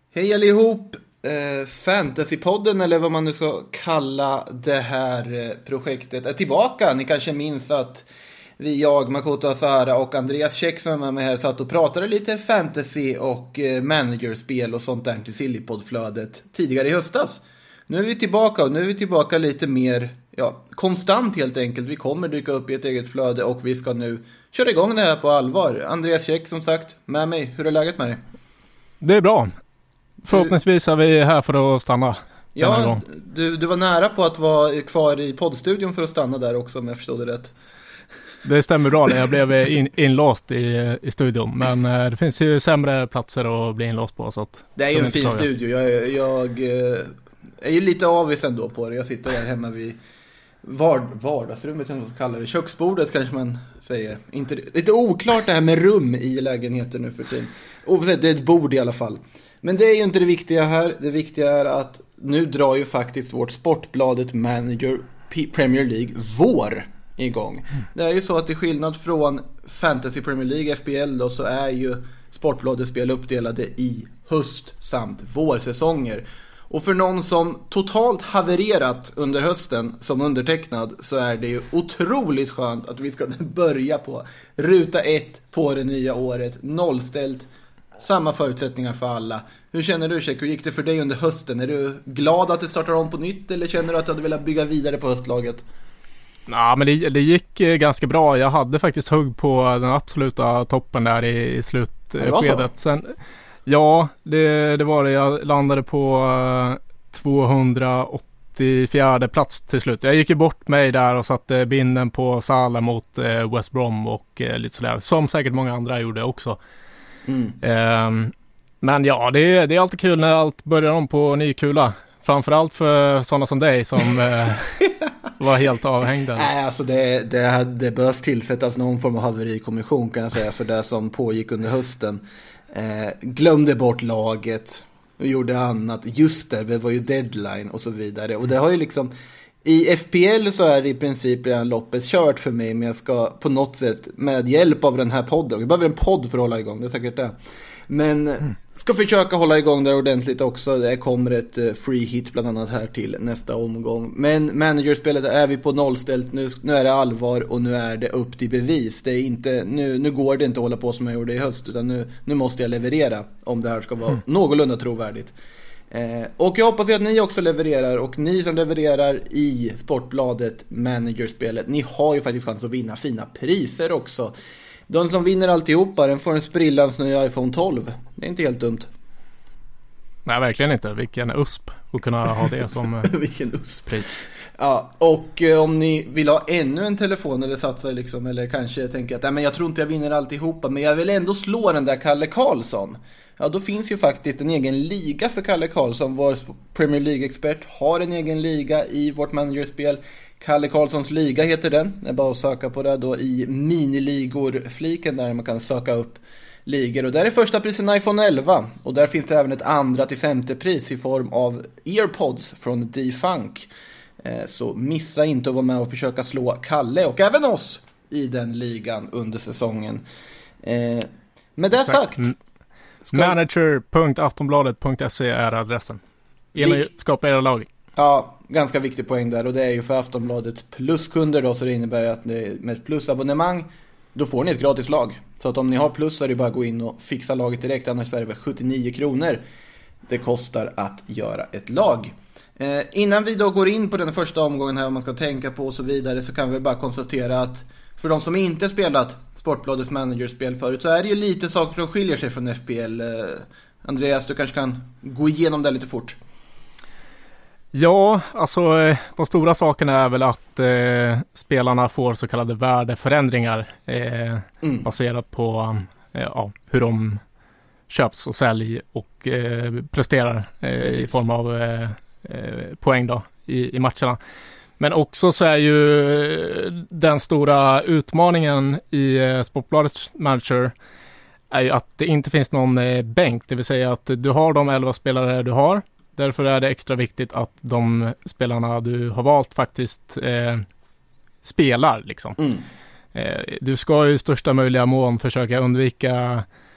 Hej allihop! Fantasypodden, eller vad man nu ska kalla det här projektet, är tillbaka. Ni kanske minns att jag, Makoto Asara och Andreas Käck som är med mig här satt och pratade lite fantasy och managerspel och sånt där till Sillypodd-flödet tidigare i höstas. Nu är vi tillbaka, och nu är vi tillbaka lite mer konstant helt enkelt. Vi kommer dyka upp i ett eget flöde och vi ska nu köra igång det här på allvar. Andreas Käck som sagt med mig. Hur är läget med dig? Det är bra. Förhoppningsvis är vi här för att stanna. Ja, du var nära på att vara kvar i poddstudion för att stanna där också, om jag förstod det rätt. Det stämmer bra, jag blev inlåst i studion. Men det finns ju sämre platser att bli inlåst på. Så att, det är ju en fin studio. Jag är ju lite avis ändå på det. Jag sitter där hemma vid vardagsrummet, som man kallar det. Köksbordet kanske man säger. Lite oklart det här med rum i lägenheter nu för tiden. Oavsett, det är ett bord i alla fall. Men det är ju inte det viktiga här. Det viktiga är att nu drar ju faktiskt vårt Sportbladet Manager Premier League vår igång. Det är ju så att till skillnad från Fantasy Premier League, FPL då, så är ju Sportbladets spel uppdelade i höst samt vårsäsonger. Och för någon som totalt havererat under hösten som undertecknad, så är det ju otroligt skönt att vi ska börja på ruta 1 på det nya året, nollställt. Samma förutsättningar för alla. Hur känner du, Check? Hur gick det för dig under hösten? Är du glad att det startar om på nytt, eller känner du att du hade velat bygga vidare på höstlaget? Ja, men det gick ganska bra. Jag hade faktiskt hugg på den absoluta toppen där i slutskedet. Sen, ja, det var det. Jag landade på 284 plats till slut. Jag gick ju bort mig där och satte binden på Salah mot West Brom och lite sådär. Som säkert många andra gjorde också. Men ja, det är alltid kul när allt börjar om på ny kula. Framförallt för sådana som dig som var helt avhängda. Nej, alltså det behövs tillsättas någon form av haverikommission, kan jag säga, för det som pågick under hösten. Glömde bort laget och gjorde annat. Just det var ju deadline och så vidare. Och det har ju liksom, i FPL så är det i princip redan loppet kört för mig, men jag ska på något sätt med hjälp av den här podden, jag behöver en podd för att hålla igång, det är säkert det. Men ska försöka hålla igång där ordentligt också. Det kommer ett free hit bland annat här till nästa omgång. Men managerspelet är vi på nollställt. Nu är det allvar och nu är det upp till bevis. Det är inte, nu går det inte att hålla på som jag gjorde i höst, utan nu måste jag leverera om det här ska vara någorlunda trovärdigt. Och jag hoppas att ni också levererar, och ni som levererar i Sportbladet Managerspelet, ni har ju faktiskt chans att vinna fina priser också. De som vinner alltihopa, den får en sprillans ny iPhone 12. Det är inte helt dumt. Nej, verkligen inte. Vilken USP att kunna ha det som vilken pris. Ja, och om ni vill ha ännu en telefon eller satsar liksom, eller kanske tänker att men jag tror inte jag vinner alltihopa, men jag vill ändå slå den där Kalle Karlsson. Ja, då finns ju faktiskt en egen liga för Kalle Karlsson. Vår Premier League-expert har en egen liga i vårt managerspel. Kalle Karlssons liga heter den. Det är bara att söka på det då i miniligor-fliken där man kan söka upp ligor. Och där är första prisen iPhone 11. Och där finns det även ett andra till femte pris i form av EarPods från D-Funk. Så missa inte att vara med och försöka slå Kalle och även oss i den ligan under säsongen. Med det sagt... Manager.aftonbladet.se är adressen. Skapa era lag. Ja, ganska viktig poäng där. Och det är ju för Aftonbladets pluskunder då, så det innebär att med ett plusabonnemang då får ni ett gratis lag. Så att om ni har plus så är det bara att gå in och fixa laget direkt. Annars är det väl 79 kronor det kostar att göra ett lag. Innan vi då går in på den första omgången här, vad man ska tänka på och så vidare, så kan vi bara konstatera att för de som inte spelat Sportbladets managerspel förut, så är det ju lite saker som skiljer sig från FPL. Andreas, du kanske kan gå igenom det lite fort. Ja, alltså de stora sakerna är väl att spelarna får så kallade värdeförändringar baserat på hur de köps och sälj och presterar i form av poäng då i matcherna. Men också så är ju den stora utmaningen i Sportbladets manager är ju att det inte finns någon bänk. Det vill säga att du har de 11 spelare du har. Därför är det extra viktigt att de spelarna du har valt faktiskt spelar liksom. Du ska ju i största möjliga mån försöka undvika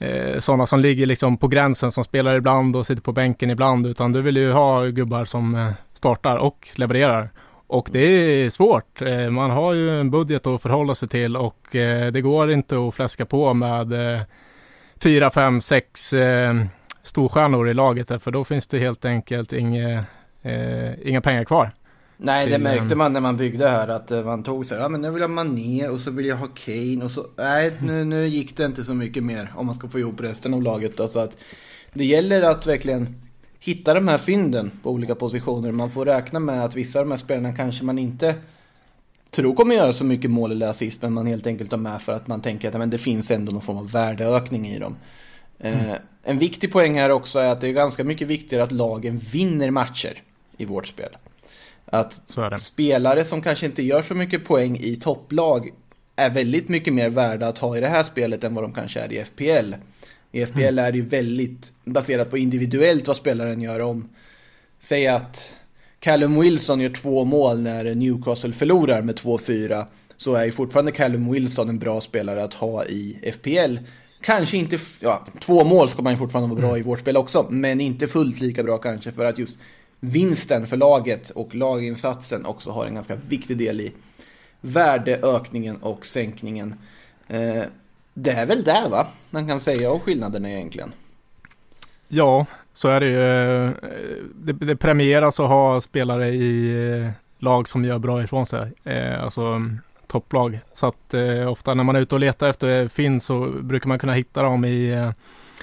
sådana som ligger liksom på gränsen, som spelar ibland och sitter på bänken ibland, utan du vill ju ha gubbar som startar och levererar. Och det är svårt. Man har ju en budget att förhålla sig till, och det går inte att fläska på med 4, 5, 6 storstjärnor i laget, för då finns det helt enkelt inga pengar kvar. Nej, det märkte man när man byggde här, att man tog så här, men nu vill jag ha Mané och så vill jag ha Kane och så, nej, nu gick det inte så mycket mer om man ska få ihop resten av laget då, så att det gäller att verkligen hitta de här fynden på olika positioner. Man får räkna med att vissa av de här spelarna kanske man inte tror kommer göra så mycket mål eller assist, men man helt enkelt har med för att man tänker att men det finns ändå någon form av värdeökning i dem. En viktig poäng här också är att det är ganska mycket viktigare att lagen vinner matcher i vårt spel. Att spelare som kanske inte gör så mycket poäng i topplag är väldigt mycket mer värda att ha i det här spelet än vad de kanske är i FPL. I FPL är det ju väldigt baserat på individuellt vad spelaren gör. Om säg att Callum Wilson gör 2 mål när Newcastle förlorar med 2-4, så är ju fortfarande Callum Wilson en bra spelare att ha i FPL. Kanske inte, 2 mål ska man ju fortfarande vara bra i vårt spel också, men inte fullt lika bra kanske, för att just vinsten för laget och laginsatsen också har en ganska viktig del i värdeökningen och sänkningen. Det är väl där, va? Man kan säga, och skillnaderna egentligen. Ja, så är det ju. Det premieras att ha spelare i lag som gör bra ifrån sig. Alltså topplag. Så att ofta när man är ute och letar efter fynd så brukar man kunna hitta dem i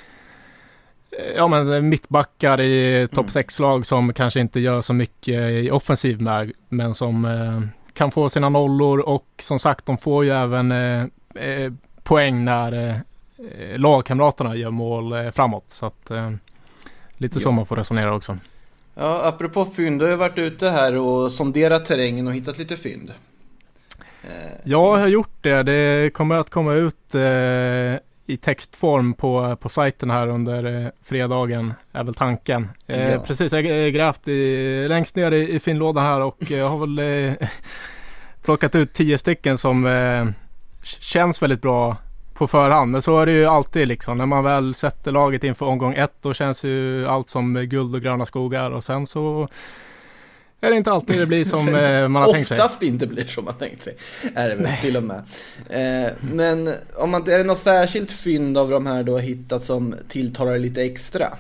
mittbackar i topp 6-lag som kanske inte gör så mycket i offensiv med, men som kan få sina nollor, och som sagt, de får ju även poäng när lagkamraterna gör mål framåt. Så att lite så man får resonera också. Ja, apropå fynd, du har varit ute här och sonderat terrängen och hittat lite fynd. Ja, jag har gjort det. Det kommer att komma ut i textform på sajten här under fredagen, är väl tanken. Ja. Precis, jag har grävt längst ner i finlådan här, och jag har väl plockat ut 10 stycken som känns väldigt bra på förhand. Men så är det ju alltid liksom. När man väl sätter laget inför omgång 1, då känns ju allt som guld och gröna skogar, och sen så är det inte alltid det blir som man har tänkt sig. Oftast inte blir som man tänkt sig. Är det väl till och med. Men är det något särskilt fynd av de här du har hittat som tilltalar lite extra?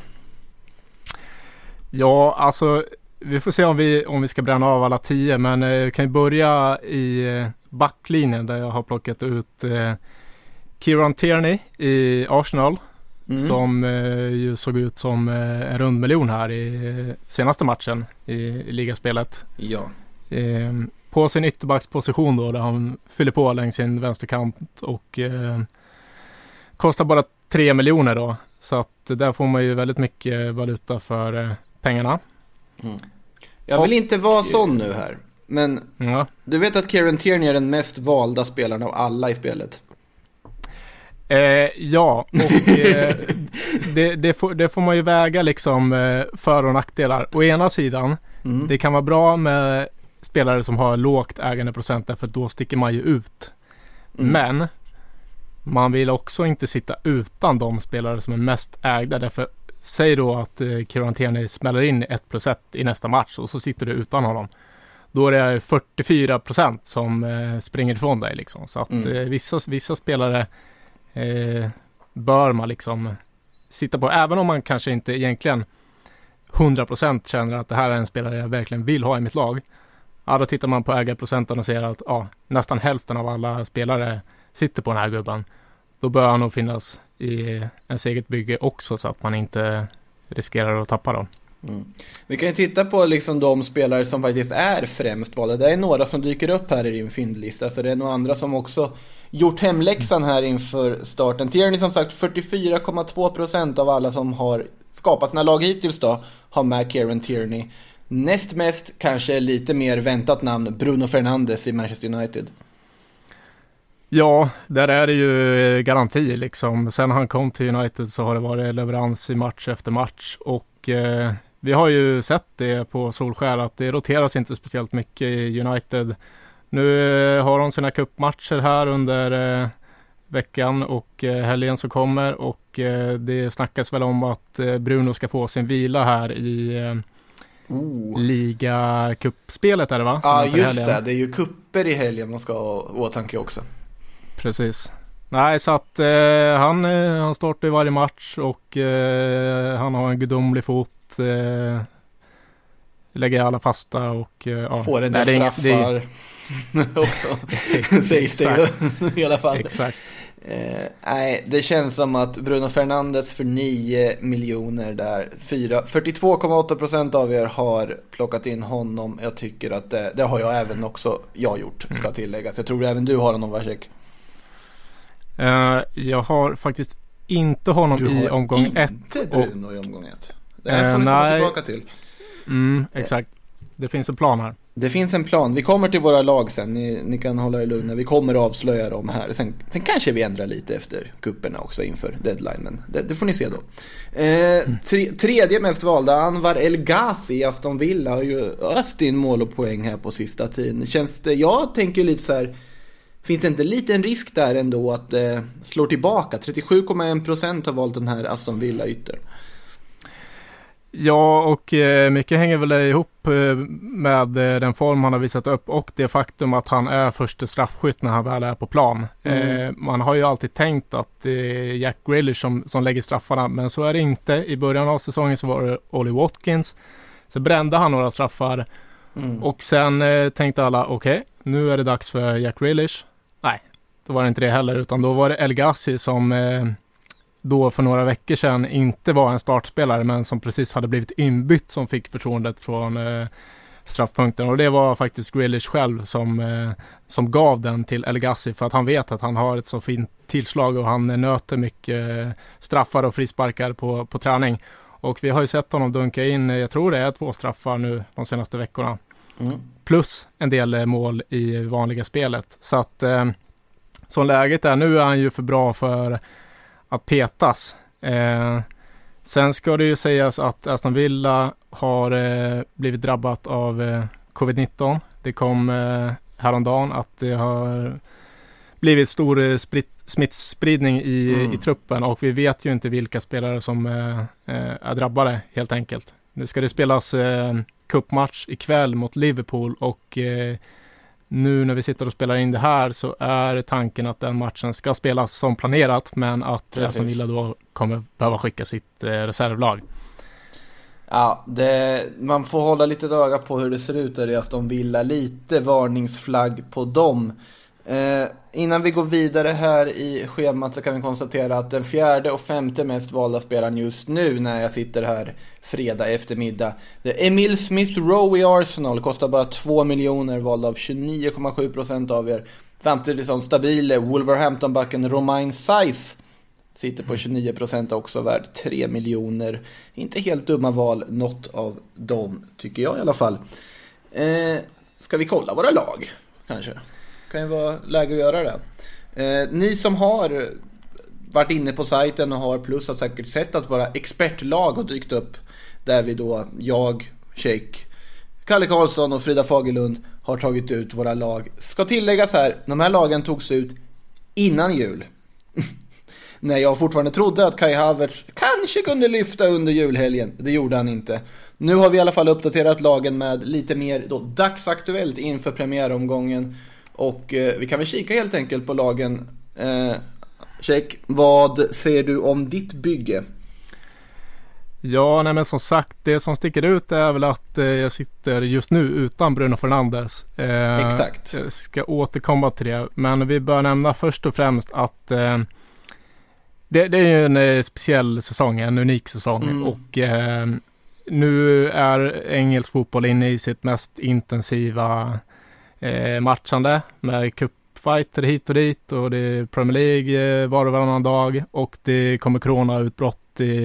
Ja, alltså vi får se om vi ska bränna av alla 10, men vi kan ju börja i backlinjen där jag har plockat ut Kieran Tierney i Arsenal. Som ju såg ut som en rundmiljon här i senaste matchen i ligaspelet. Ja. På sin ytterbacksposition då, där han fyller på längs sin vänsterkant, och kostar bara 3 miljoner då. Så att där får man ju väldigt mycket valuta för pengarna. Jag vill inte vara sån nu här, men du vet att Kieran Tierney är den mest valda spelaren av alla i spelet. Ja, och det får man ju väga liksom för- och nackdelar. Å ena sidan, det kan vara bra med spelare som har lågt ägandeprocent, därför att då sticker man ju ut. Men man vill också inte sitta utan de spelare som är mest ägda, därför säg då att Kieran Tierney smäller in 1+1 i nästa match, och så sitter du utan honom. Då är det 44% som springer ifrån dig liksom. Så att vissa spelare bör man liksom sitta på, även om man kanske inte egentligen 100% känner att det här är en spelare jag verkligen vill ha i mitt lag. Ja, då tittar man på ägarprocenten och ser att nästan hälften av alla spelare sitter på den här gubben. Då bör han nog finnas i ens eget bygge också, så att man inte riskerar att tappa dem. Vi kan ju titta på liksom de spelare som faktiskt är främst valda. Det är några som dyker upp här i din fyndlista, så det är några andra som också gjort hemläxan här inför starten. Tierney, som sagt, 44,2% av alla som har skapat sina lag hittills då har med Kieran Tierney. Näst mest, kanske lite mer väntat namn, Bruno Fernandes i Manchester United. Ja, där är det ju garanti liksom. Sen han kom till United så har det varit leverans i match efter match, och vi har ju sett det på Solskär att det roteras inte speciellt mycket i United. Nu har de sina cupmatcher här under veckan och helgen som kommer, och det snackas väl om att Bruno ska få sin vila här i Liga-cupspelet är det va? Ja, just det. Det är ju kupper i helgen man ska ha åtanke också. Precis. Nej, så att han startar i varje match och han har en gudomlig fot. Lägger alla fasta och får en del straffar också. Sägs det i alla fall. Exakt. Nej, det känns som att Bruno Fernandes för 9 miljoner där. 42,8% av er har plockat in honom. Jag tycker att det har jag även också gjort, ska tilläggas. Jag tror även du har honom, Varsek. Jag har faktiskt inte honom i omgång 1. Inte Bruno i omgång 1. Det här får ni komma tillbaka till. Exakt. Det finns en plan här. Det finns en plan. Vi kommer till våra lag sen. Ni kan hålla er lugna. Vi kommer avslöja dem här. Sen kanske vi ändrar lite efter kupperna också inför deadlinen. Det får ni se då. Tredje mest valda, Anwar El Ghazi, Aston Villa, har ju öst in mål och poäng här på sista tiden. Jag tänker lite så här, finns det inte lite en risk där ändå att slår tillbaka? 37,1% har valt den här Aston Villa-yttern. Ja, och mycket hänger väl ihop med den form han har visat upp och det faktum att han är första straffskytt när han väl är på plan. Man har ju alltid tänkt att det är Jack Grealish som lägger straffarna, men så är det inte. I början av säsongen så var det Ollie Watkins. Så brände han några straffar och sen tänkte alla, okej, nu är det dags för Jack Grealish. Nej, då var det inte det heller, utan då var det El Ghazi som då för några veckor sedan inte var en startspelare men som precis hade blivit inbytt som fick förtroendet från straffpunkten, och det var faktiskt Grealish själv som gav den till El Ghazi för att han vet att han har ett så fint tillslag och han nöter mycket straffar och frisparkar på träning, och vi har ju sett honom dunka in, jag tror det är 2 straffar nu de senaste veckorna plus en del mål i vanliga spelet, så att som läget är nu är han ju för bra för att petas. Sen ska det ju sägas att Aston Villa har blivit drabbat av covid-19. Det kom häromdagen att det har blivit stor smittspridning i truppen, och vi vet ju inte vilka spelare som är drabbade helt enkelt. Nu ska det spelas cupmatch ikväll mot Liverpool, och nu när vi sitter och spelar in det här så är tanken att den matchen ska spelas som planerat, men att Aston Villa då kommer behöva skicka sitt reservlag. Ja, man får hålla lite öga på hur det ser ut där i Aston Villa. Lite varningsflagg på dem. Innan vi går vidare här i schemat så kan vi konstatera att den 4:e och 5:e mest valda spelaren just nu när jag sitter här fredag eftermiddag, det är Emil Smith Rowe i Arsenal, kostar bara 2 miljoner, vald av 29,7% av er. Samtidigt som stabile Wolverhampton-backen Romain Saiz sitter på 29% också, värd 3 miljoner. Inte helt dumma val, något av dem tycker jag i alla fall. Ska vi kolla våra lag kanske? Kan ju vara läge att göra det. Ni som har varit inne på sajten och har plus har säkert sett att våra expertlag har dykt upp, där vi då, jag, Sheik, Kalle Karlsson och Frida Fagerlund har tagit ut våra lag. Ska tilläggas här, de här lagen togs ut innan jul. När jag fortfarande trodde att Kai Havertz kanske kunde lyfta under julhelgen. Det gjorde han inte. Nu har vi i alla fall uppdaterat lagen med lite mer då dagsaktuellt inför premiäromgången. Och vi kan väl kika helt enkelt på lagen. Check, vad säger du om ditt bygge? Ja, nej men som sagt, det som sticker ut är väl att jag sitter just nu utan Bruno Fernandes. Exakt. Jag ska återkomma till det. Men vi bör nämna först och främst att det är ju en speciell säsong, en unik säsong. Och nu är engelsk fotboll inne i sitt mest intensiva matchande med cupfighter hit och dit, och det är Premier League var och varannan dag, och det kommer coronautbrott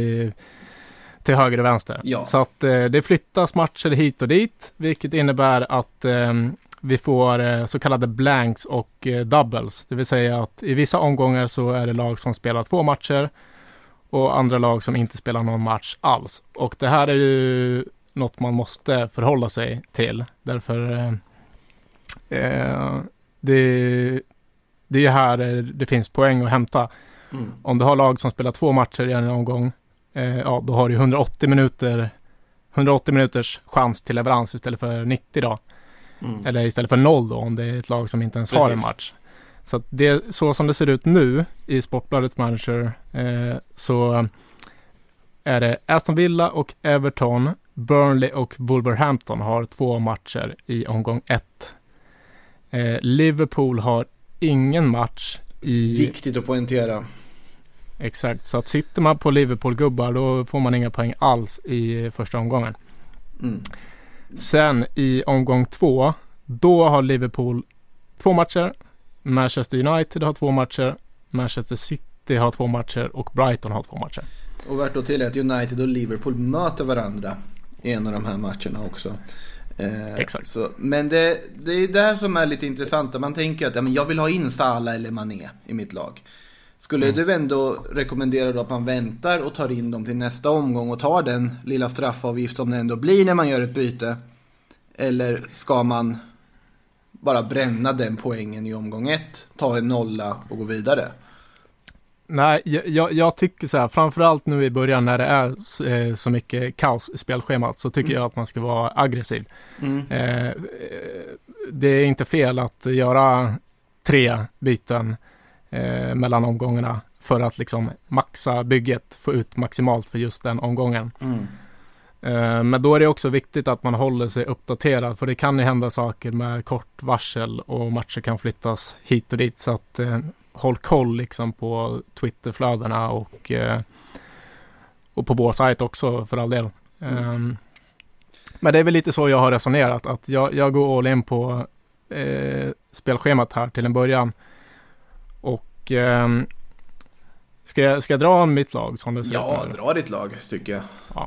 till höger och vänster. Ja. Så att det flyttas matcher hit och dit, vilket innebär att vi får så kallade blanks och doubles. Det vill säga att i vissa omgångar så är det lag som spelar 2 matcher och andra lag som inte spelar någon match alls. Och det här är ju något man måste förhålla sig till. Därför det det är här det finns poäng att hämta. Om du har lag som spelar 2 matcher i en omgång, då har du 180 minuters chans till leverans istället för 90 då. Eller istället för 0 då, om det är ett lag som inte ens har en match. Så att så som det ser ut nu i Sportbladets manager, så är det Aston Villa och Everton, Burnley och Wolverhampton har 2 matcher i omgång 1. Liverpool har ingen match i... Viktigt att poängtera. Exakt, så att sitter man på Liverpool-gubbar då får man inga poäng alls i första omgången. Sen i omgång 2, då har Liverpool 2 matcher, Manchester United har 2 matcher, Manchester City har 2 matcher och Brighton har 2 matcher. Och värt att tillägga att United och Liverpool möter varandra i en av de här matcherna också. Exakt. Så, men det är det här som är lite intressant. Man tänker att jag vill ha in Salah eller Mané i mitt lag. Skulle du ändå rekommendera då att man väntar och tar in dem till nästa omgång och tar den lilla straffavgift som det ändå blir när man gör ett byte? Eller ska man bara bränna den poängen i omgång 1, ta en nolla och gå vidare? Nej, jag tycker så här, framförallt nu i början när det är så mycket kaos i spelschemat, så tycker jag att man ska vara aggressiv. Det är inte fel att göra 3 byten mellan omgångarna för att liksom maxa bygget, få ut maximalt för just den omgången. Men då är det också viktigt att man håller sig uppdaterad, för det kan ju hända saker med kort varsel och matcher kan flyttas hit och dit, så att håll koll liksom på Twitterflödena och på vår sajt också för all del. Men det är väl lite så jag har resonerat, att jag går all in på spelschemat här till en början. Och ska jag dra mitt lag som det ser ut? Ja, dra ditt lag tycker jag. Ja.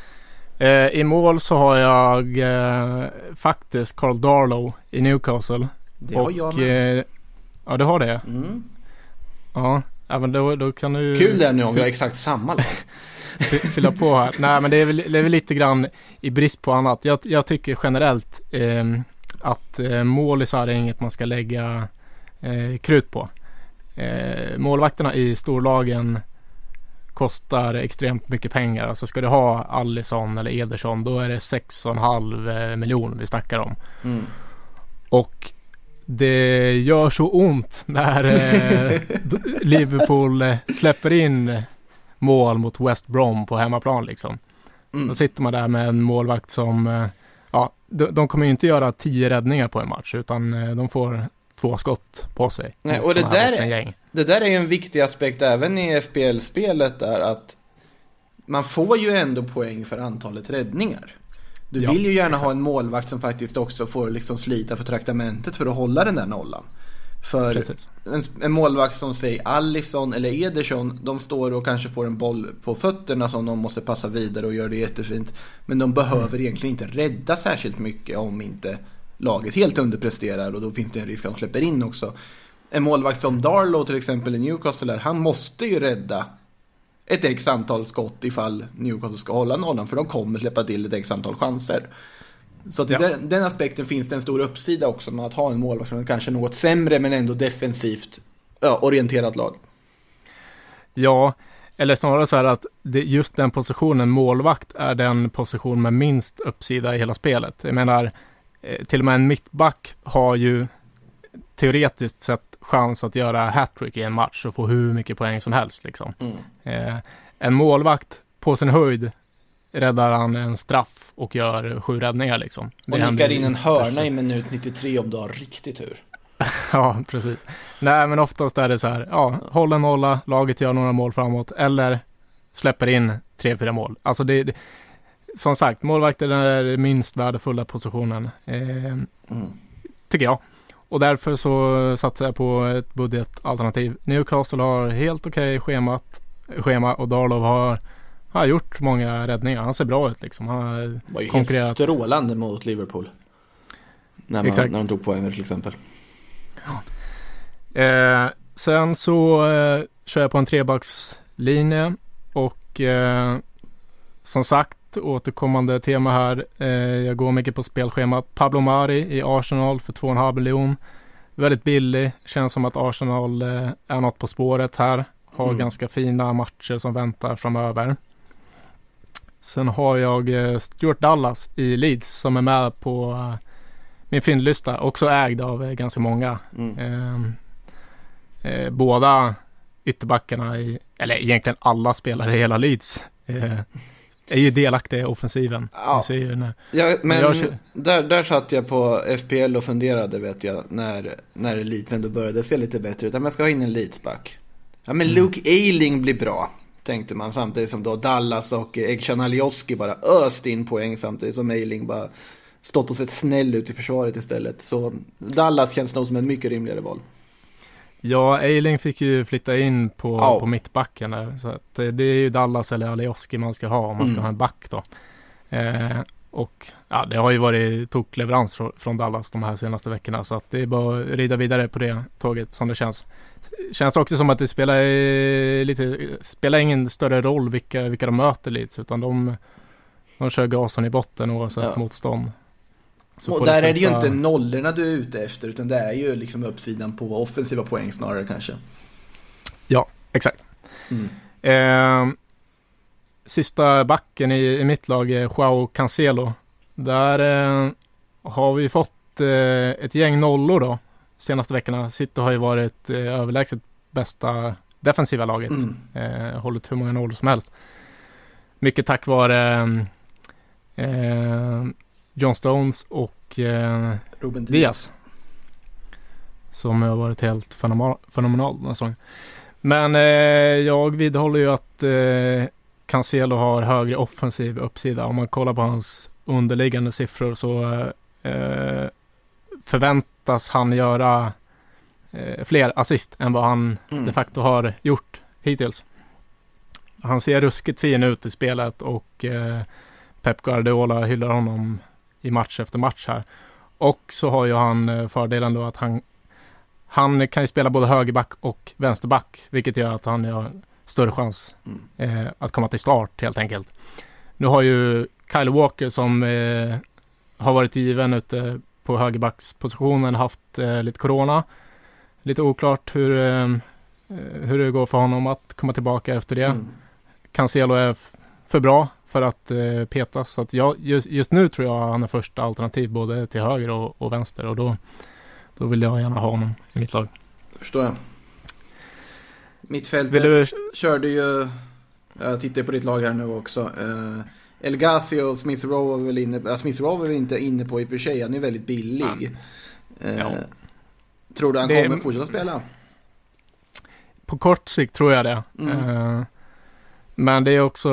I mål så har jag faktiskt Carl Darlow i Newcastle. Det har jag med. Ja, du har det. Ja, men då kan du... Kul det nu om vi har exakt samma lag. Fylla på här. Nej, men det är väl lite grann i brist på annat. Jag tycker generellt att målisar är inget man ska lägga krut på. Målvakterna i storlagen kostar extremt mycket pengar. Alltså ska du ha Alisson eller Ederson, då är det 6,5 miljoner vi snackar om. Och det gör så ont när Liverpool släpper in mål mot West Brom på hemmaplan liksom. Då sitter man där med en målvakt som de kommer ju inte göra 10 räddningar på en match, utan de får 2 skott på sig. Nej, och det där är ju en viktig aspekt även i FPL-spelet, där att man får ju ändå poäng för antalet räddningar. Du vill ju gärna ha en målvakt som faktiskt också får liksom slita för traktamentet för att hålla den där nollan. För en målvakt som säger Alisson eller Ederson, de står och kanske får en boll på fötterna som de måste passa vidare och gör det jättefint. Men de behöver egentligen inte rädda särskilt mycket om inte laget helt underpresterar, och då finns det en risk att de släpper in också. En målvakt som Darlow till exempel i Newcastle, han måste ju rädda ett x antal skott ifall Newcastle ska hålla nollan, för de kommer släppa till ett x antal chanser. Så att i den aspekten finns det en stor uppsida också med att ha en målvakt som kanske något sämre men ändå defensivt orienterat lag. Ja, eller snarare så här att just den positionen målvakt är den position med minst uppsida i hela spelet. Jag menar, till och med en mittback har ju teoretiskt sett chans att göra hattrick i en match och få hur mycket poäng som helst liksom. En målvakt på sin höjd räddar han en straff och gör 7 räddningar liksom. Och nickar in en hörna i minut 93 om du har riktigt tur. Ja, precis. Nej, men oftast är det så här, håll en nolla, laget gör några mål framåt, eller släpper in 3-4 mål. Alltså det som sagt, målvakten är den minst värdefulla positionen, tycker jag. Och därför så satsar jag på ett budgetalternativ. Newcastle har helt okej schema, och Darlow har gjort många räddningar. Han ser bra ut liksom. Han har var ju konkurrerat helt strålande mot Liverpool när de tog poäng till exempel. Sen så kör jag på en 3-backslinje och som sagt, återkommande tema här. Jag går mycket på spelschemat. Pablo Mari i Arsenal för 2,5 miljoner. väldigt billig. Känns som att Arsenal är något på spåret här. Har ganska fina matcher som väntar framöver. Sen har jag Stuart Dallas i Leeds som är med på min fyndlista. Också ägd av ganska många. Båda ytterbackarna eller egentligen alla spelare i hela Leeds är ju delaktiga i offensiven. Ja. Där satt jag på FPL och funderade, vet jag, när Leeds ändå började se lite bättre ut. Man ska ha in en Leeds-back. Ja, men Luke Ayling blir bra, tänkte man, samtidigt som då Dallas och Egsan Alioski bara öst in poäng, samtidigt som Ayling bara stått och sett snäll ut i försvaret istället. Så Dallas känns nog som en mycket rimligare val. Ja, Ayling fick ju flytta in på mittbacken där, så att det är ju Dallas eller Alioski man ska ha om man ska ha en back då. Och ja, det har ju varit tokleverans från Dallas de här senaste veckorna, så att det är bara att rida vidare på det tåget som det känns. Känns också som att det spelar ingen större roll vilka de möter lite, utan de kör gasen i botten oavsett motstånd. Så och där är det ju inte nollorna du är ute efter, utan det är ju liksom uppsidan på offensiva poäng snarare kanske. Ja, exakt. Sista backen i mitt lag är Joao Cancelo. Där har vi fått ett gäng nollor då senaste veckorna. City har ju varit överlägset bästa defensiva laget. Hållit hur många nollor som helst. Mycket tack vare John Stones och Ruben Diaz, som har varit helt fenomenal den här säsongen. Men jag vidhåller ju att Cancelo har högre offensiv uppsida. Om man kollar på hans underliggande siffror så förväntas han göra fler assist än vad han de facto har gjort hittills. Han ser ruskigt fin ut i spelet och Pep Guardiola hyllar honom i match efter match här. Och så har ju han fördelen då att han kan ju spela både högerback och vänsterback, vilket gör att han har större chans att komma till start helt enkelt. Nu har ju Kyle Walker som har varit given ute på högerbackspositionen haft lite corona. Lite oklart hur det går för honom att komma tillbaka efter det. Cancelo är för bra för att petas. Så att just nu tror jag han är första alternativ både till höger och vänster. Och då vill jag gärna ha honom i mitt lag. Förstår jag. Mittfältet körde ju... Jag tittar på ditt lag här nu också. El Ghazi och Smith Rowe var väl inne... Smith Rowe var väl inte inne på i och för sig. Han är väldigt billig. Tror du han kommer fortsätta spela? På kort sikt tror jag det. Men det är också...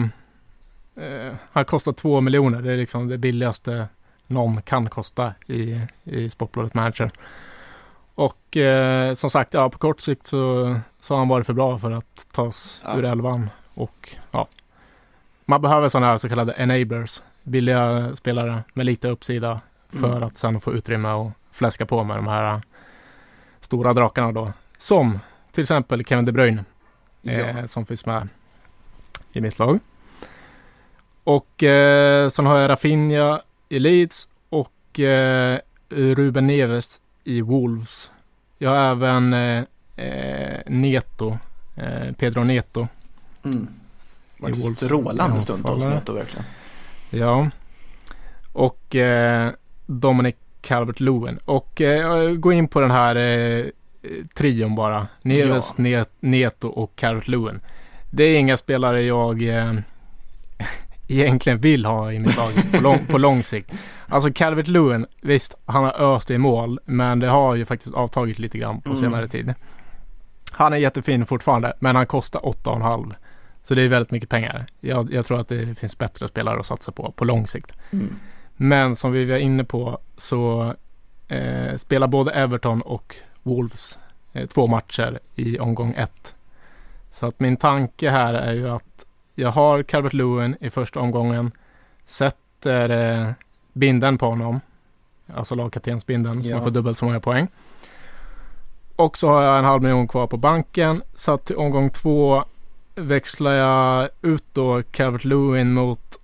han kostar 2 miljoner. Det är liksom det billigaste någon kan kosta i Sportbladet Manager. Och som sagt, på kort sikt så har han varit för bra för att tas ur elvan. Och man behöver sådana här så kallade enablers. Billiga spelare med lite uppsida för att sen få utrymme och fläska på med de här stora drakarna då. Som till exempel Kevin De Bruyne som finns med i mitt lag. Och sen har jag Rafinha i Leeds och Ruben Neves i Wolves. Jag har även Neto, Pedro Neto. Var det strålande stundtals Neto verkligen. Ja. Och Dominic Calvert-Lewin. Och jag går in på den här trion bara. Neves, Neto och Calvert-Lewin. Det är inga spelare jag egentligen vill ha i mitt lag på lång sikt. Alltså Calvert-Lewin, visst, han har öst i mål, men det har ju faktiskt avtagit lite grann på senare tid. Han är jättefin fortfarande, men han kostar 8,5. Så det är väldigt mycket pengar. Jag tror att det finns bättre spelare att satsa på lång sikt. Men som vi var inne på så spelar både Everton och Wolves 2 matcher i omgång 1. Så att min tanke här är ju att jag har Calvert-Lewin i första omgången, sätter binden på honom, alltså lagkaptensbinden, så man får dubbelt så många poäng. Och så har jag 500 000 kvar på banken, så att till omgång 2 växlar jag ut då Calvert-Lewin mot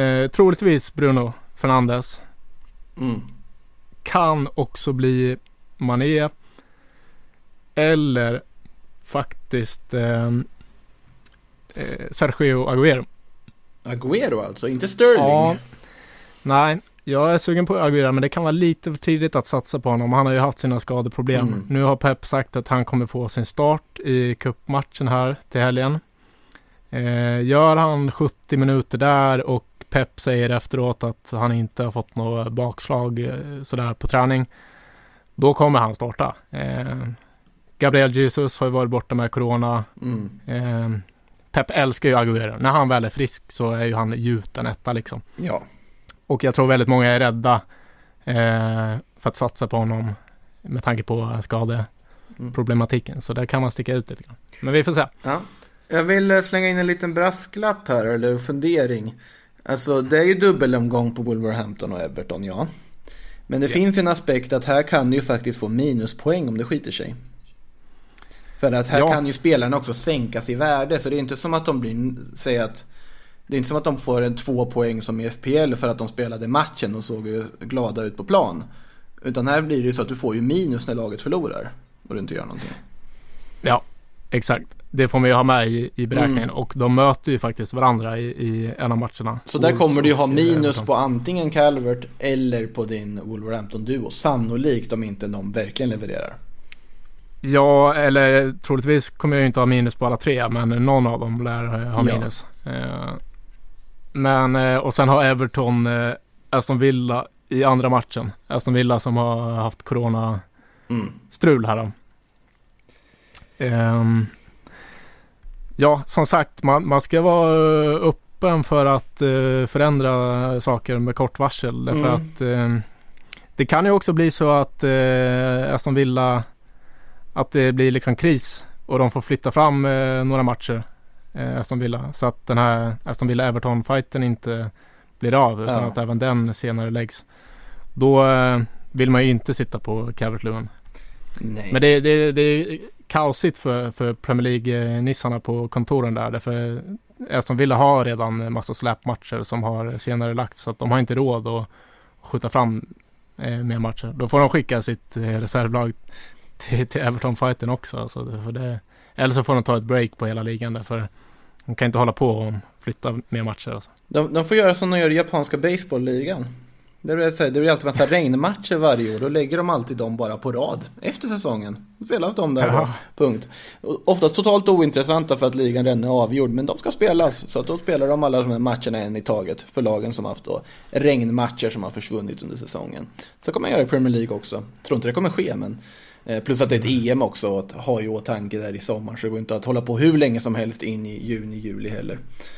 troligtvis Bruno Fernandes. Kan också bli Mané eller faktiskt Sergio Aguero. Aguero alltså, inte Sterling? Ja, nej, jag är sugen på Aguero, men det kan vara lite för tidigt att satsa på honom. Han har ju haft sina skadeproblem. Nu har Pep sagt att han kommer få sin start i cupmatchen här till helgen. Gör han 70 minuter där och Pep säger efteråt att han inte har fått något bakslag sådär på träning, då kommer han starta. Gabriel Jesus har ju varit borta med corona. Pep älskar ju Aguero. När han väl är frisk så är ju han gjuten etta liksom. Ja. Och jag tror väldigt många är rädda för att satsa på honom med tanke på skadeproblematiken. Så där kan man sticka ut lite grann. Men vi får se. Ja. Jag vill slänga in en liten brasklapp här, eller fundering. Alltså det är ju dubbelomgång på Wolverhampton och Everton, ja. Men det finns en aspekt att här kan du ju faktiskt få minuspoäng om det skiter sig. För att här kan ju spelarna också sänkas i värde. Så det är inte som att de det är inte som att de får en 2 poäng som i FPL för att de spelade matchen och såg ju glada ut på plan. Utan här blir det ju så att du får ju minus när laget förlorar och du inte gör någonting. Ja, exakt. Det får man ju ha med i beräkningen. Och de möter ju faktiskt varandra i en av matcherna. Så där kommer du ju ha minus på antingen Calvert eller på din Wolverhampton-duo. Sannolikt om inte de verkligen levererar. Ja, eller troligtvis kommer jag inte ha minus på alla tre, men någon av dem lär ha minus. Men och sen har Everton Aston Villa i andra matchen. Aston Villa som har haft corona strul här då. Ja, som sagt, man ska vara öppen för att förändra saker med kort varsel. Därför att det kan ju också bli så att Aston Villa, att det blir liksom kris och de får flytta fram några matcher, Aston Villa, så att den här Aston Villa-Everton-fighten inte blir av, utan att även den senare läggs. Då vill man ju inte sitta på Calvert-Lewin. Men det är kaosigt för Premier League-nissarna på kontoren där, därför Aston Villa har redan en massa släpmatcher som har senare lagt, så att de har inte råd att skjuta fram mer matcher. Då får de skicka sitt reservlag till Everton-fighten också. Alltså eller så får de ta ett break på hela ligan där, för de kan inte hålla på och flytta mer matcher. Alltså. De får göra som de gör i japanska baseballligan. Det blir alltid massa regnmatcher varje år. Då lägger de alltid dem bara på rad efter säsongen. Då spelas de där då, punkt. Oftast totalt ointressanta för att ligan redan är avgjord, men de ska spelas. Så att då spelar de alla de här matcherna en i taget för lagen som haft då regnmatcher som har försvunnit under säsongen. Så kan man göra i Premier League också. Tror inte det kommer ske, men plus att det är ett EM också att ha i åtanke där i sommar, så det går inte att hålla på hur länge som helst in i juni, juli heller.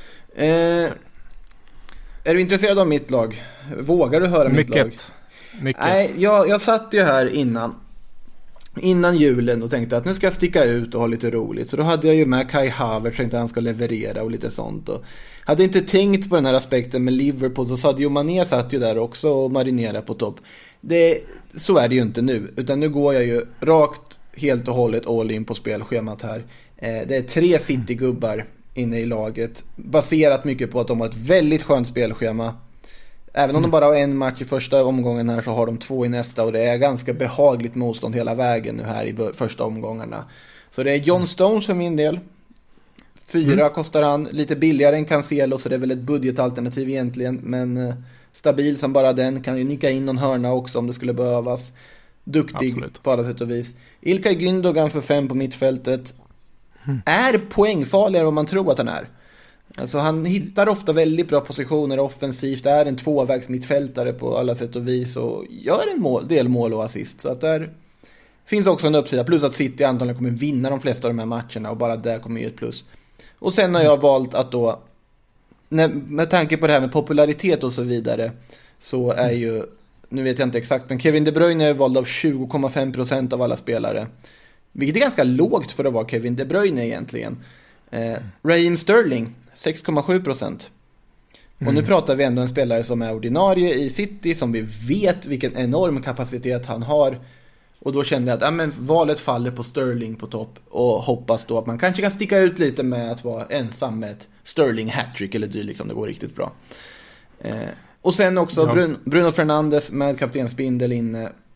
Är du intresserad av mitt lag? Vågar du höra mitt lag? Mycket. Nej, jag satt ju här innan julen och tänkte att nu ska jag sticka ut och ha lite roligt. Så då hade jag ju med Kai Havertz, tänkte att han ska leverera och lite sånt. Och hade inte tänkt på den här aspekten med Liverpool, så Sadio Mané satt ju där också och marinerade på topp. Så är det ju inte nu, utan nu går jag ju rakt, helt och hållet all in på spelschemat här. Det är 3 City-gubbar inne i laget, baserat mycket på att de har ett väldigt skönt spelschema. Även om de bara har en match i första omgången här, så har de 2 i nästa, och det är ganska behagligt motstånd hela vägen nu här i första omgångarna. Så det är John Stones för min del. 4 kostar han, lite billigare än Cancelo, så det är väl ett budgetalternativ egentligen, men stabil som bara den, kan ju nicka in någon hörna också om det skulle behövas. Duktig. Absolut. På alla sätt och vis. Ilkay Gündogan för 5 på mittfältet. Är poängfarligare än vad man tror att han är. Alltså han hittar ofta väldigt bra positioner offensivt, är en 2-vägs mittfältare på alla sätt och vis och gör en del mål och assist. Så att där finns också en uppsida, plus att City antagligen kommer vinna de flesta av de här matcherna, och bara där kommer ju ett plus. Och sen har jag valt att då, med tanke på det här med popularitet och så vidare, så är ju, nu vet jag inte exakt, men Kevin De Bruyne är vald av 20,5% av alla spelare, vilket är ganska lågt för att vara Kevin De Bruyne egentligen. Raheem Sterling 6,7%. Och nu pratar vi ändå en spelare som är ordinarie i City, som vi vet vilken enorm kapacitet han har. Och då kände jag att valet faller på Sterling på topp, och hoppas då att man kanske kan sticka ut lite med att vara ensam med ett Sterling hattrick eller dylikt om det går riktigt bra. Och sen också Bruno Fernandes med kaptensbindel inne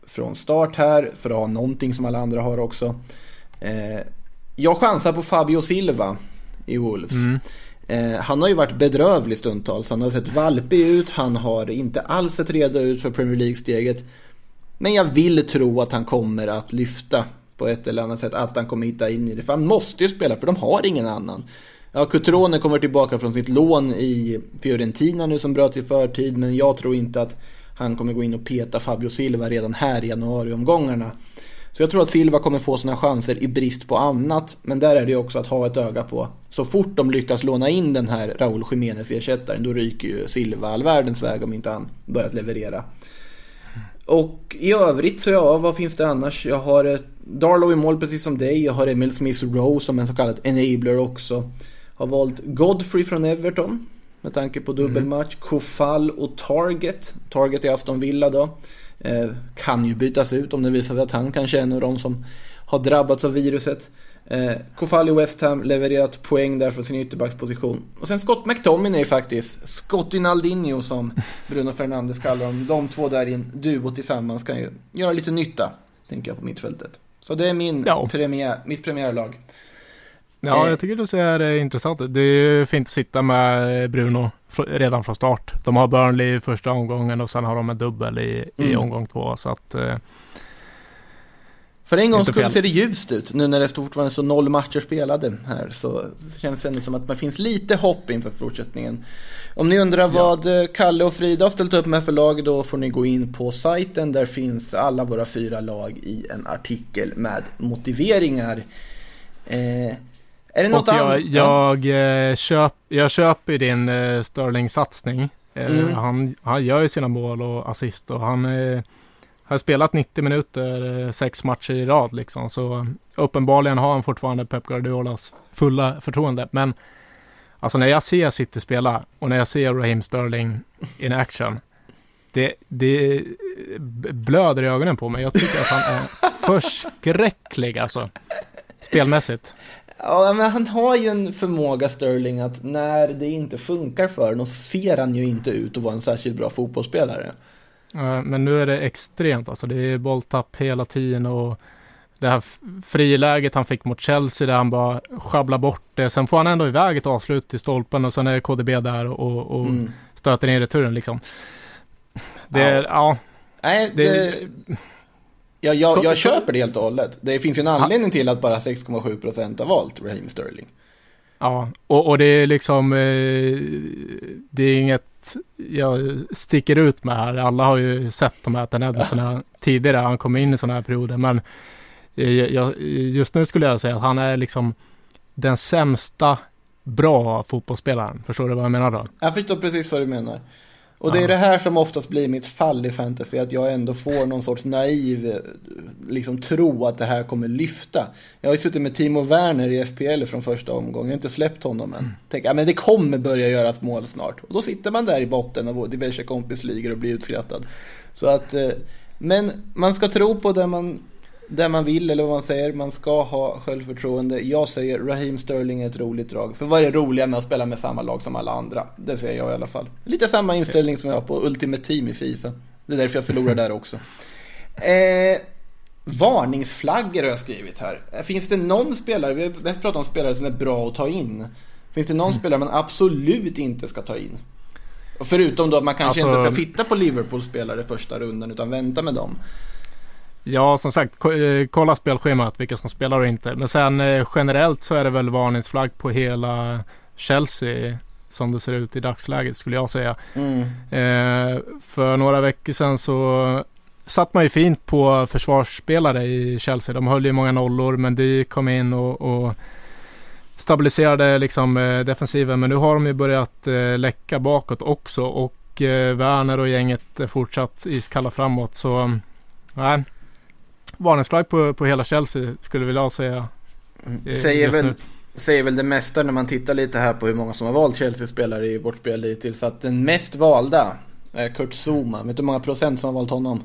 från start här för att ha någonting som alla andra har också. Jag chansar på Fabio Silva i Wolves. Han har ju varit bedrövlig stundtals. Han har sett valpig ut. Han har inte alls sett redo ut för Premier League-steget. Men jag vill tro att han kommer att lyfta på ett eller annat sätt. Att han kommer hitta in i det. För han måste ju spela, för de har ingen annan. Ja, Cutrone kommer tillbaka från sitt lån i Fiorentina nu som bröt i förtid. Men jag tror inte att han kommer gå in och peta Fabio Silva redan här i januari-omgångarna. Så jag tror att Silva kommer få sina chanser i brist på annat. Men där är det också att ha ett öga på. Så fort de lyckas låna in den här Raúl Jiménez-ersättaren, då ryker ju Silva all världens väg om inte han börjat leverera. Och i övrigt så vad finns det annars? Jag har Darlow i mål precis som dig. Jag har Emil Smith-Rowe som en så kallad enabler också. Har valt Godfrey från Everton med tanke på dubbelmatch. Kofall och Target i Aston Villa då. Kan ju bytas ut om det visar sig att han kanske är en av de som har drabbats av viruset. Kofall i West Ham levererat poäng där för sin ytterbacksposition. Och sen Scott McTominay faktiskt, Scottinaldinho som Bruno Fernandes kallar dem. De två där i en duo tillsammans kan ju göra lite nytta, tänker jag, på mittfältet. Så det är mitt premiärlag. Ja, jag tycker du ser intressant. Det är fint att sitta med Bruno redan från start. De har Burnley i första omgången och sen har de en dubbel i omgång 2. Så att, för en gång skulle se det ljust ut. Nu när det fortfarande så 0 matcher spelade här, så känns det som att man finns lite hopp inför fortsättningen. Om ni undrar vad Kalle och Frida har ställt upp med för lag, då får ni gå in på sajten. Där finns alla våra 4 lag i en artikel med motiveringar. Är det något annat? Jag köper din Sterling-satsning. Han gör ju sina mål och assist, och han har spelat 90 minuter 6 matcher i rad liksom. Så uppenbarligen har han fortfarande Pep Guardiolas fulla förtroende. Men alltså när jag ser City spela och när jag ser Raheem Sterling in action, det blöder i ögonen på mig. Jag tycker att han är förskräcklig alltså, spelmässigt. Ja, men han har ju en förmåga, Sterling, att när det inte funkar för honom, ser han ju inte ut att vara en särskilt bra fotbollsspelare. Men nu är det extremt, alltså det är bolltapp hela tiden, och det här friläget han fick mot Chelsea där han bara schabblar bort det. Sen får han ändå iväg ett avslut i stolpen, och sen är KDB där och stöter ner returen liksom. Det är, Nej, jag köper det helt och hållet. Det finns ju en anledning till att bara 6,7% har valt Raheem Sterling. Ja, och det är liksom det är inget jag sticker ut med här. Alla har ju sett de här tendenserna tidigare. Han kommer in i sådana här perioder, men just nu skulle jag säga att han är liksom den sämsta bra fotbollsspelaren. Förstår du vad jag menar då? Jag förstår precis vad du menar. Och det är det här som oftast blir mitt fall i fantasy, att jag ändå får någon sorts naiv liksom tro att det här kommer lyfta. Jag har ju suttit med Timo Werner i FPL från första omgången, jag har inte släppt honom än. Tänker, men det kommer börja göra ett mål snart. Och då sitter man där i botten av diverse kompisligor och blir utskrattad. Så att, men man ska tro på där man vill, eller vad man säger. Man ska ha självförtroende. Jag säger Raheem Sterling är ett roligt drag. För vad är det roliga med att spela med samma lag som alla andra? Det säger jag i alla fall. Lite samma inställning som jag har på Ultimate Team i FIFA. Det är därför jag förlorar där också. Varningsflaggor har jag skrivit här. Finns det någon spelare, vi har mest pratat om spelare som är bra att ta in. Finns det någon spelare man absolut inte ska ta in? Och förutom då att man kanske inte ska sitta på Liverpool-spelare första rundan, utan vänta med dem. Ja, som sagt, kolla spelschemat, vilka som spelar och inte. Men sen generellt så är det väl varningsflagg på hela Chelsea som det ser ut i dagsläget, skulle jag säga. För några veckor sedan så satt man ju fint på försvarsspelare i Chelsea. De höll ju många nollor, men de kom in och stabiliserade liksom defensiven. Men nu har de ju börjat läcka bakåt också, och Werner och gänget är fortsatt iskalla framåt. Så nej, varningsflagg på hela Chelsea skulle jag vilja säga. Säger väl det mesta när man tittar lite här på hur många som har valt Chelsea-spelare i vårt spel hittills, att den mest valda är Kurt Zouma. Vet du hur många procent som har valt honom?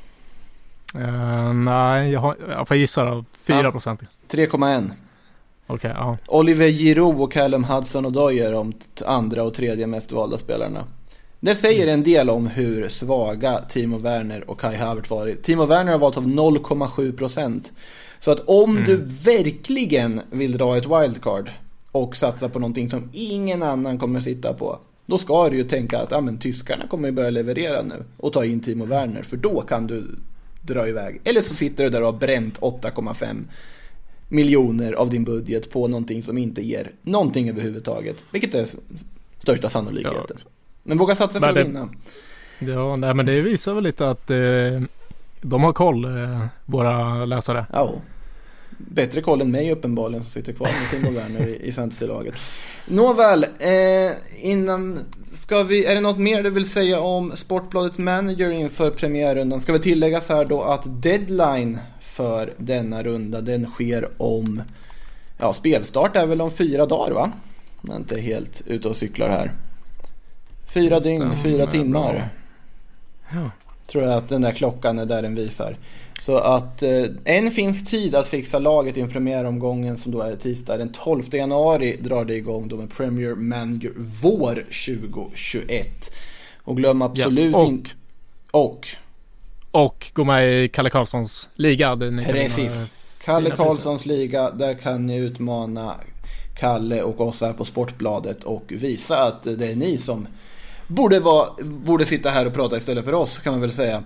Nej, jag får gissa då, 4%. 3,1. Okej, ja. Oliver Giroud och Callum Hudson-Odoi är de andra och tredje mest valda spelarna. Det säger en del om hur svaga Timo Werner och Kai Havertz varit. Timo Werner har valt av 0,7%. Så att om du verkligen vill dra ett wildcard och satsa på någonting som ingen annan kommer sitta på, då ska du ju tänka att men tyskarna kommer ju börja leverera nu och ta in Timo Werner, för då kan du dra iväg. Eller så sitter du där och har bränt 8,5 miljoner av din budget på någonting som inte ger någonting överhuvudtaget, vilket är största sannolikheten. Men våga satsa för att vinna. Ja, nej, men det visar väl lite att de har koll, våra läsare. Ja, bättre koll än mig uppenbarligen, som sitter kvar med Timo Werner i fantasylaget. Nåväl, innan är det något mer du vill säga om Sportbladet Manager inför premiärrundan? Ska vi tilläggas här då att deadline för denna runda, den sker om spelstart är väl om 4 dagar, va? Jag är inte helt ute och cyklar här. 4 dygn, 4 timmar. Ja. Tror jag att den där klockan är där den visar. Så att än finns tid att fixa laget inför premiäromgången, som då är tisdag den 12 januari drar det igång då med Premier Manager vår 2021. Och glöm absolut inte och gå med i Kalle Karlssons liga. Precis. Kalle Karlssons liga, där kan ni utmana Kalle och oss här på Sportbladet och visa att det är ni som borde sitta här och prata istället för oss, kan man väl säga.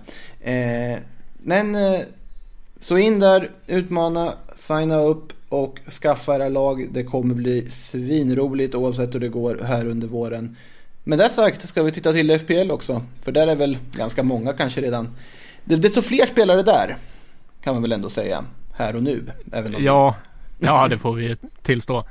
Så in där, utmana, signa upp och skaffa era lag. Det kommer bli svinroligt oavsett hur det går här under våren. Men det sagt ska vi titta till FPL också, för där är väl ganska många kanske redan. Det är så fler spelare där, kan man väl ändå säga, här och nu. Även om ja, det får vi tillstå.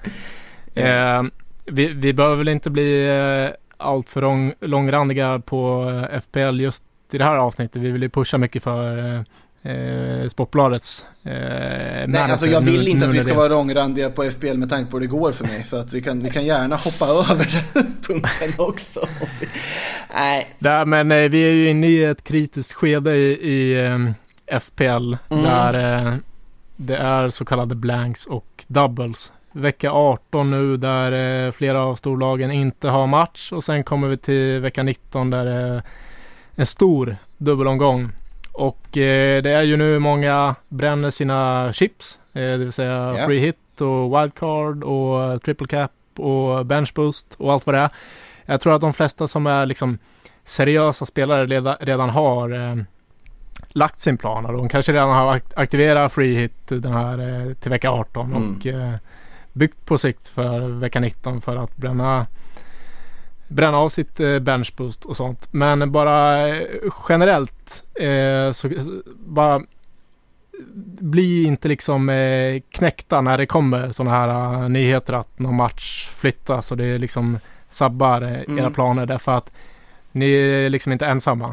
Vi behöver väl inte bli allt för långrandiga på FPL just i det här avsnittet. Vi vill ju pusha mycket för Sportbladets Nej, alltså jag vill inte att vi ska vara långrandiga på FPL med tanke på hur det går för mig, så att vi kan gärna hoppa över den punkten också. Nej. Men vi är ju inne i ett kritiskt skede i FPL där det är så kallade blanks och doubles. Vecka 18 nu, där flera av storlagen inte har match, och sen kommer vi till vecka 19 där det är en stor dubbelomgång. Och det är ju nu många bränner sina chips, det vill säga free hit och wildcard och triple cap och bench boost och allt vad det är. Jag tror att de flesta som är liksom seriösa spelare redan har lagt sin plan, och de kanske redan har aktiverat free hit den här till vecka 18 och byggt på sikt för vecka 19 för att bränna av sitt bench boost och sånt. Men bara generellt så bara bli inte liksom knäckta när det kommer såna här nyheter att någon match flyttas och det liksom sabbar era planer, därför att ni är liksom inte ensamma.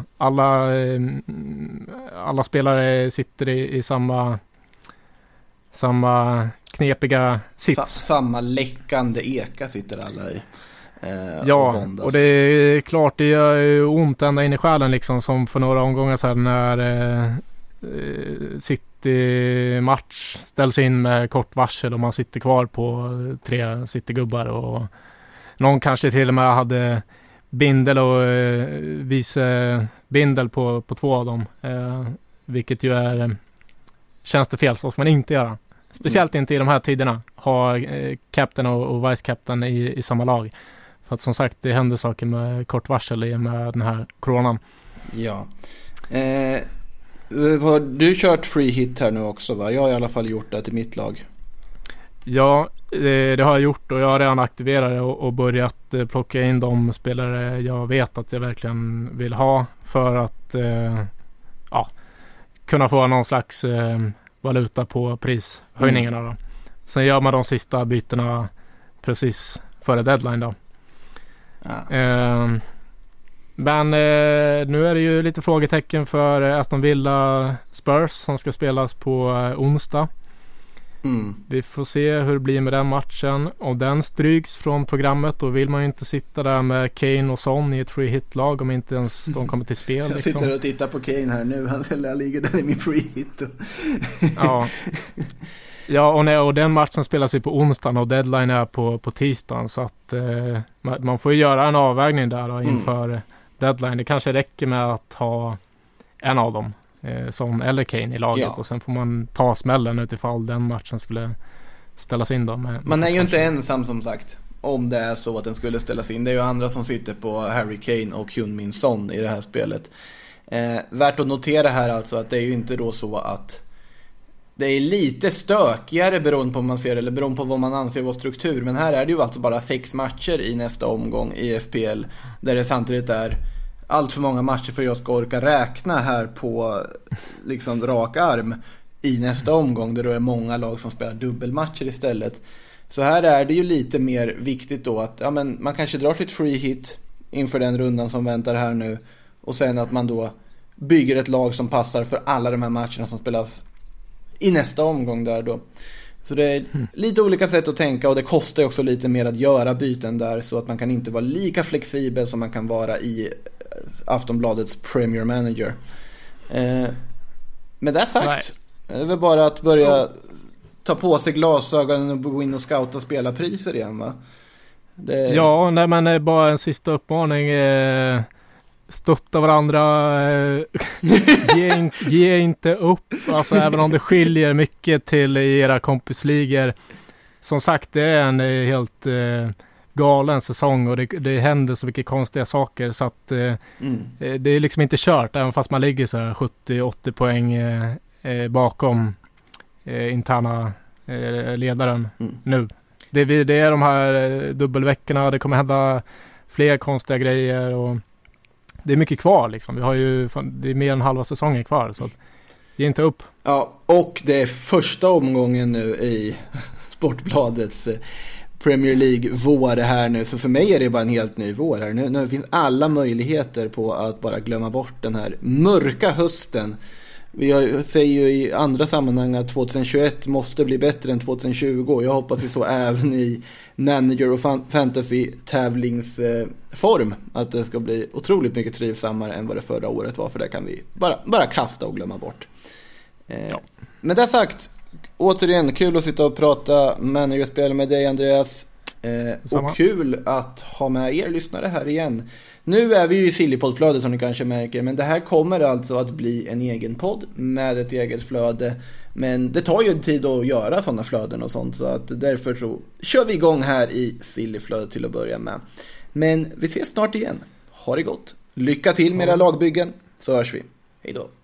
Alla spelare sitter i samma knepiga sits. Samma läckande eka sitter alla i. Och det är klart, det gör ont ända in i själen liksom, som för några omgångar sedan när City-match ställs in med kort varsel och man sitter kvar på 3 City-gubbar, och någon kanske till och med hade bindel och vice bindel på 2 av dem, vilket ju känns det fel, så ska man inte göra. Speciellt inte i de här tiderna ha captain och vice captain i samma lag. För att som sagt, det händer saker med kort varsel i med den här coronan. Ja. Har du kört free hit här nu också, va? Jag har i alla fall gjort det till mitt lag. Ja, det har jag gjort, och jag har redan aktiverat det och börjat plocka in de spelare jag vet att jag verkligen vill ha för att kunna få någon slags valuta på prishöjningarna då. Sen gör man de sista bytena precis före deadline då. Men nu är det ju lite frågetecken för Aston Villa Spurs som ska spelas på onsdag. Vi får se hur det blir med den matchen, och den stryks från programmet. Då vill man ju inte sitta där med Kane och Son i ett free hit-lag om inte ens de kommer till spel. Jag sitter och tittar på Kane här nu, han ligger där i min free hit. Ja, och den matchen spelas ju på onsdagen och deadline är på tisdagen, så att man får ju göra en avvägning där då, inför deadline. Det kanske räcker med att ha en av dem, Son eller Kane i laget. Och sen får man ta smällen utifall den matchen skulle ställas in då. Man är ju inte ensam som sagt om det är så att den skulle ställas in. Det är ju andra som sitter på Harry Kane och Heung-min Son i det här spelet. Värt att notera här alltså att det är ju inte då så att det är lite stökigare beroende på vad man ser eller beroende på vad man anser vara struktur. Men här är det ju alltså bara 6 matcher i nästa omgång i FPL, där det samtidigt är allt för många matcher för jag ska orka räkna här på liksom rak arm i nästa omgång, där det är många lag som spelar dubbelmatcher istället. Så här är det ju lite mer viktigt då att men man kanske drar sitt free hit inför den rundan som väntar här nu, och sen att man då bygger ett lag som passar för alla de här matcherna som spelas i nästa omgång där då. Så det är lite olika sätt att tänka, och det kostar också lite mer att göra byten där, så att man kan inte vara lika flexibel som man kan vara i Aftonbladets Premier Manager. Med det sagt, det är väl bara att börja ta på sig glasögonen och gå in och scouta spelarpriser igen, va? Ja, nej, men bara en sista uppmaning. Stötta varandra. Ge inte upp. Alltså, även om det skiljer mycket till era kompisligor. Som sagt, det är en helt galen säsong, och det händer så mycket konstiga saker, så att det är liksom inte kört, även fast man ligger så här 70-80 poäng bakom interna ledaren nu. Det är de här dubbelveckorna, det kommer hända fler konstiga grejer, och det är mycket kvar liksom. Vi har ju, det är mer än halva säsongen kvar, så att ge inte upp. Ja, och det är första omgången nu i Sportbladets Premier League vår här nu, så för mig är det bara en helt ny vår här. Nu finns alla möjligheter på att bara glömma bort den här mörka hösten. Vi säger ju i andra sammanhang att 2021 måste bli bättre än 2020. Jag hoppas ju så även i manager- och fantasy-tävlingsform, att det ska bli otroligt mycket trivsammare än vad det förra året var, för det kan vi bara kasta och glömma bort. Men det sagt, återigen, kul att sitta och prata managerspel med dig, Andreas. Och kul att ha med er lyssnare här igen. Nu är vi ju i Sillypodd-flödet som ni kanske märker, men det här kommer alltså att bli en egen podd med ett eget flöde. Men det tar ju en tid att göra sådana flöden och sånt, så att därför så kör vi igång här i Sillyflödet till att börja med. Men vi ses snart igen. Ha det gott. Lycka till med era lagbyggen, så hörs vi. Hej då.